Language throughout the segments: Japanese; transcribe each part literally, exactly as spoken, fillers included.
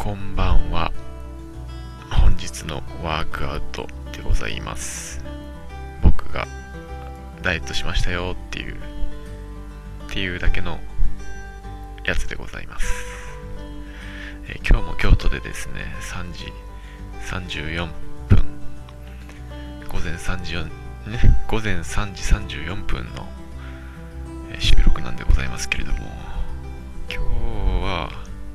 こんばんは。本日のワークアウトでございます。僕がダイエットしましたよっていうっていうだけのやつでございます。えー今日も京都でですね、さんじさんじゅうよんぷん、午前さんじよんね、午前さんじさんじゅうよんぷんの、えー収録なんでございますけれども、今日は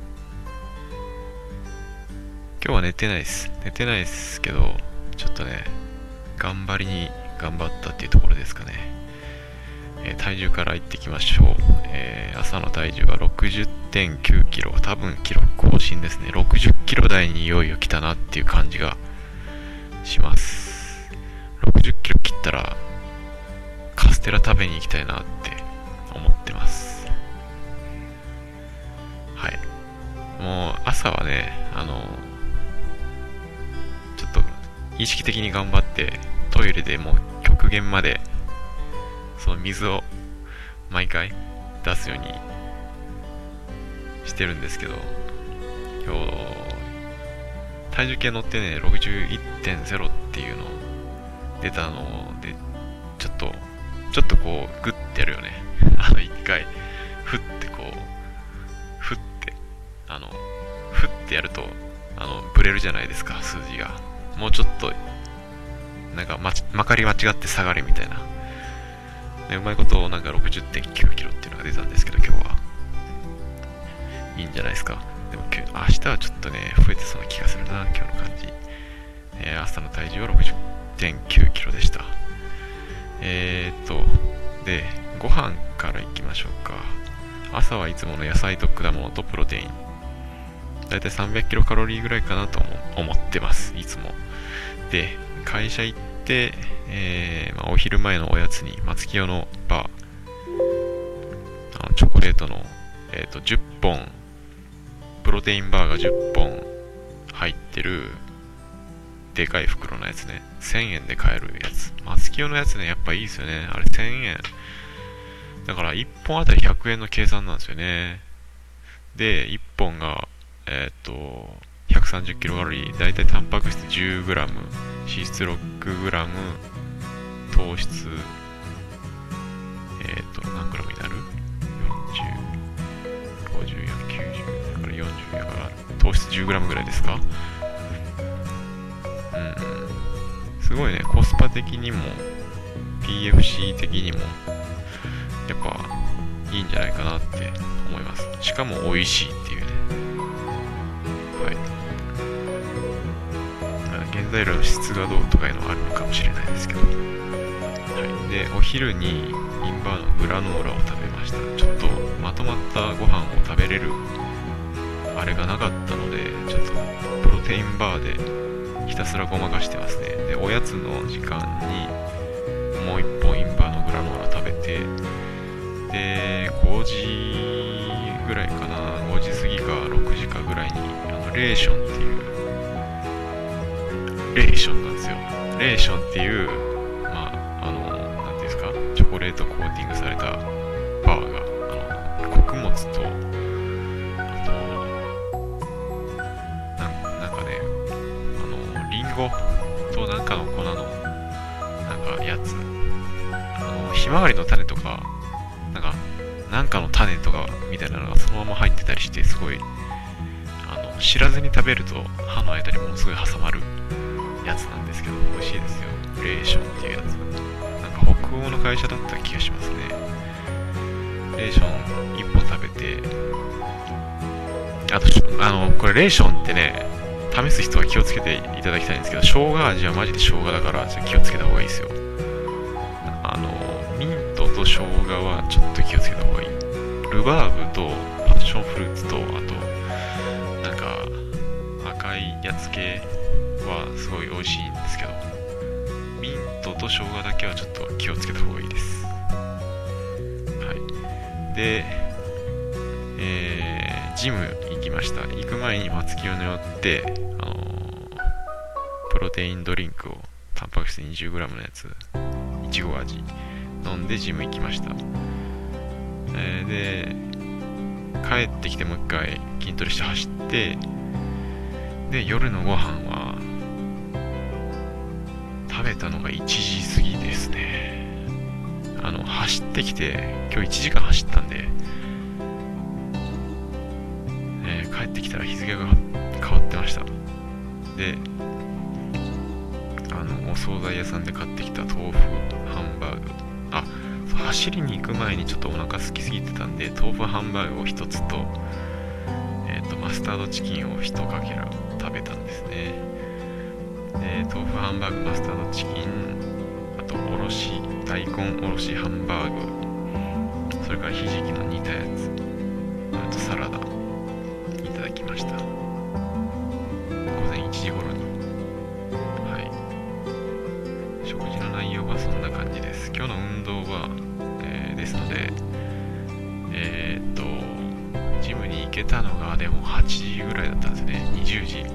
今日は寝てないです。寝てないですけど、ちょっとね、頑張りに頑張ったっていうところですかね。えー体重からいってきましょう。えー朝の体重は ろくじゅってんきゅうキロ、多分記録更新ですね。ろくじゅっキロ台にいよいよ来たなっていう感じがします。ろくじゅっキロ切ったらカステラ食べに行きたいなって思ってます。はい。もう朝はね、あのちょっと意識的に頑張ってトイレでもう極限までその水を毎回出すようにしてるんですけど、今日体重計乗ってね ろくじゅういってんゼロ っていうの出たので、ちょっとちょっとこうグッてやるよね。あの一回ふってこうふってあのふってやるとあのブレるじゃないですか、数字が。もうちょっとなんかまちまかり間違って下がるみたいなで、うまいことなんか ろくじゅってんきゅうキロっていうのが出たんですけど、今日はいいんじゃないですか。でも明日はちょっとね増えてそうな気がするな、今日の感じ。えー、朝の体重は ろくじゅってんきゅうキロでした。えーっとでご飯からいきましょうか。朝はいつもの野菜と果物とプロテイン、だいたいさんびゃくキロカロリーぐらいかなと思ってます、いつも。で会社行って、えーまあ、お昼前のおやつに松清のバー、あのチョコレートの、えー、とじゅっぽん、プロテインバーがじゅっぽん入ってるでかい袋のやつね、せんえんで買えるやつ。松清のやつね、やっぱいいですよね。あれせんえんだからいっぽんあたりひゃくえんの計算なんですよね。でいっぽんがえっ、とひゃくさんじゅっキロカロリー、だいたいタンパク質 じゅうグラム、 脂質 ろくグラム、 糖質えっ、と何グラムになる？ よんじゅう、ごじゅうよん、きゅうじゅうだからよんじゅうだから糖質 じゅうグラム ぐらいですか。うんすごいね、コスパ的にも ピーエフシー 的にもやっぱいいんじゃないかなって思います。しかも美味しいっていうね。はい。原材料の質がどうとかいうのはあるのかもしれないですけど。はい。で、お昼にインバーのグラノーラを食べました。ちょっとまとまったご飯を食べれるあれがなかったので、ちょっとプロテインバーでひたすらごまかしてますね。で、おやつの時間にもう一本インバーのグラノーラ食べて、でごじぐらいかな、ごじ過ぎかろくじかぐらいにあのレーションっていうレーションなんですよ。レーションっていうまああのなんていうんですか、チョコレートコーティングされたバーがあの穀物とあとなんなんかねあのリンゴとなんかの粉のなんかやつ、あのひまわりの種とかなんかなんかの種とかみたいなのがそのまま入ってたりして、すごいあの知らずに食べると歯の間にものすごい挟まるやつなんですけど、美味しいですよ。レーションっていうやつ、なんか北欧の会社だった気がしますね。レーションいっぽん食べて、あとあのこれレーションってね、試す人は気をつけていただきたいんですけど、生姜味はマジで生姜だから気をつけた方がいいですよ。あのミントと生姜はちょっと気をつけた方がいい。ルバーブとパッションフルーツとあとなんか赤いやつ系はすごい美味しいんですけど、ミントと生姜だけはちょっと気をつけた方がいいです。はい。で、えー、ジム行きました。行く前に松清に寄って、あのー、プロテインドリンクをタンパク質 にじゅうグラム のやつ、いちご味飲んでジム行きました。えー、で帰ってきてもう一回筋トレして走って、 で、夜のご飯は食べたのがいちじ過ぎですね。あの走ってきて、今日いちじかん走ったんで、えー、帰ってきたら日付が変わってました。で、あのお惣菜屋さんで買ってきた豆腐ハンバーグ、あ、走りに行く前にちょっとお腹空きすぎてたんで、豆腐ハンバーグを一つと、えっとマスタードチキンを一かけら食べたんですね。で、豆腐ハンバーグ、マスタードチキン、あとおろし大根おろしハンバーグ、それからひじきの煮たやつ、あとサラダいただきました。午前いちじ頃に。はい、食事の内容はそんな感じです。今日の運動は、えー、ですので、えー、っとジムに行けたのがでもはちじぐらいだったんですね。にじゅうじ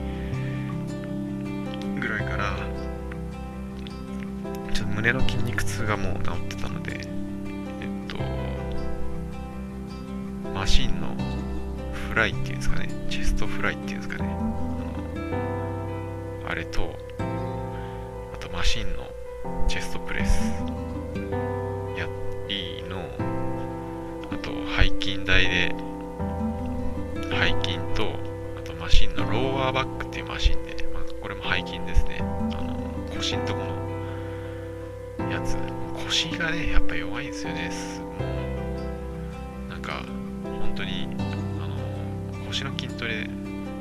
ぐらいからちょっと胸の筋肉痛がもう治ってたので、えっとマシンのフライっていうんですかね、チェストフライっていうんですかね、あのあれと、あとマシンのチェストプレスやりの、あと背筋台で背筋と、あとマシンのローワーバックっていうマシンで、まあ、これも背筋ですね。あの腰のとこのやつ、腰がねやっぱ弱いんですよね。もうなんか本当にあの腰の筋トレ、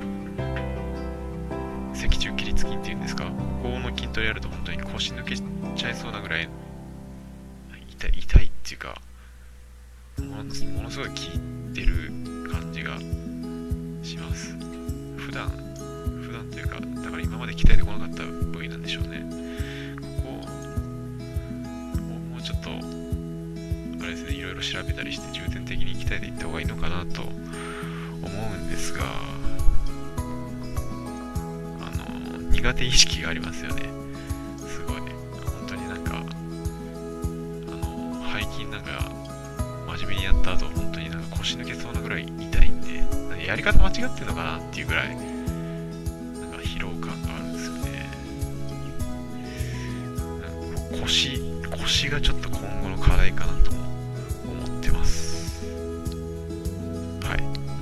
脊柱起立筋っていうんですか、ここの筋トレやると本当に腰抜けちゃいそうなぐらい痛い、痛いっていうか、ものすごい効いてる感じがします。普段普段というか、だから今まで鍛えてこなかった部位なんでしょうね。ここをもうちょっとあれですね、いろいろ調べたりして重点的に鍛えていった方がいいのかなと思うんですが、あの苦手意識がありますよね。すごい本当になんか、あの背筋なんか真面目にやった後、本当になんか腰抜けそうなぐらい痛いんで、やり方間違ってるのかなっていうぐらいなんか疲労感があるんですよね。なんか腰腰がちょっと今後の課題かなと思ってます。はい。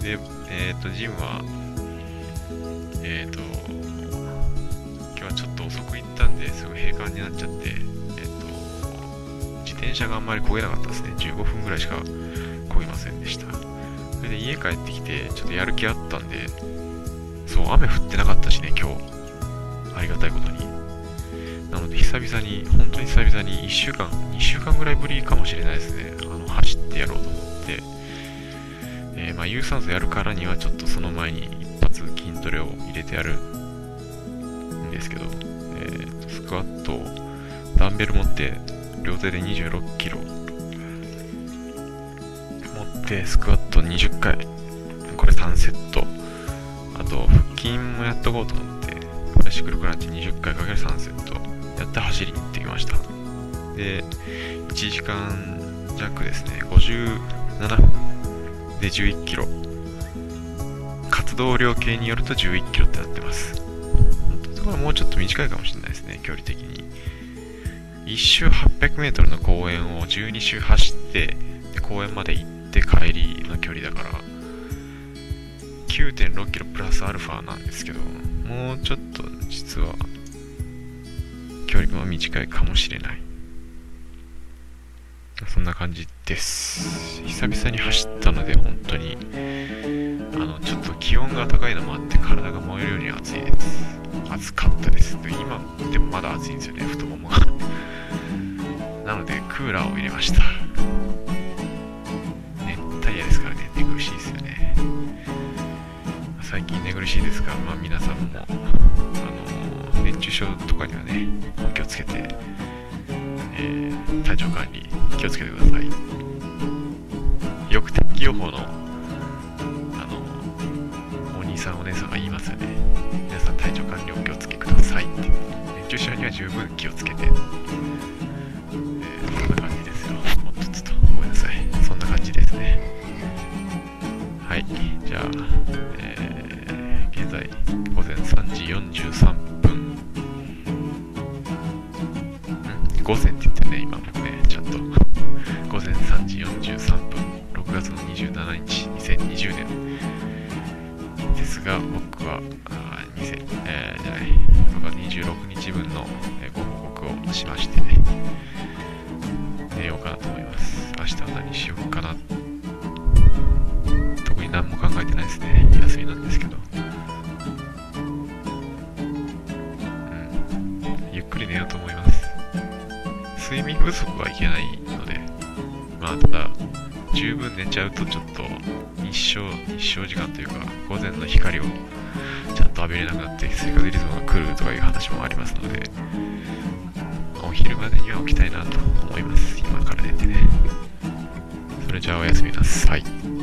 で、えっ、ー、とジムはえっ、ー、と今日はちょっと遅く行ったんですぐ閉館になっちゃって、えっ、ー、と自転車があんまり漕げなかったですね。じゅうごふんぐらいしか漕げませんでした。それで家帰ってきてちょっとやる気あったんで、そう、雨降ってなかったしね今日、ありがたいことに。なので久々に、本当に久々にいっしゅうかんにしゅうかんぐらいぶりかもしれないですね、あの走ってやろうと思って、えー、まあ有酸素やるからにはちょっとその前に一発筋トレを入れてやるんですけど、えー、スクワットをダンベル持って両手でにじゅうろっキロでスクワットにじゅっかい、これさんセット、あと腹筋もやっとこうと思ってこれシクルクランチにじゅっかいかけるさんセットやって走りに行ってきました。でいちじかん弱ですね、ごじゅうななふんでじゅういっキロ、活動量計によるとじゅういっキロってなってます。本当にこれもうちょっと短いかもしれないですね、距離的に。いっ周はっぴゃくメートルの公園をじゅうに周走って、で公園まで行ってで帰りの距離だから きゅうてんろっキロプラスアルファなんですけど、もうちょっと実は距離も短いかもしれない。そんな感じです。久々に走ったので本当にあのちょっと気温が高いのもあって体が燃えるように暑いです。暑かったです。今でもまだ暑いんですよね、太ももがなのでクーラーを入れました。嫌ですからね、寝苦しいですよね。最近寝苦しいですが、まあ皆さんもあの熱中症とかにはねお気をつけて、えー、体調管理気をつけてください。よく天気予報のあのお兄さんお姉さんが言いますよね。皆さん体調管理お気をつけくださいって。熱中症には十分気をつけて、えー、そんな感じですよ。もっとちょっとごめんなさい、そんな感じですね。はい、じゃあ、えー、現在午前さんね、今僕ね、ちゃんと。ごぜんさんじよんじゅうさんぷん、ろくがつのにじゅうしちにち、にせんにじゅうねんですが、僕は、あー、にせん、えー、じゃない、僕はにじゅうろくにちぶんのご報告をしまして、寝ようかなと思います。明日は何しようかな。特に何も考えてないですね。休みなんですけど。うん。ゆっくり寝ようと思います。睡眠不足はいけないので、まあ、ただ、十分寝ちゃうとちょっと日照、日照時間というか、午前の光をちゃんと浴びれなくなって生活リズムが狂うとかいう話もありますので、お昼までには起きたいなと思います。今から寝てね。それじゃあおやすみなさい。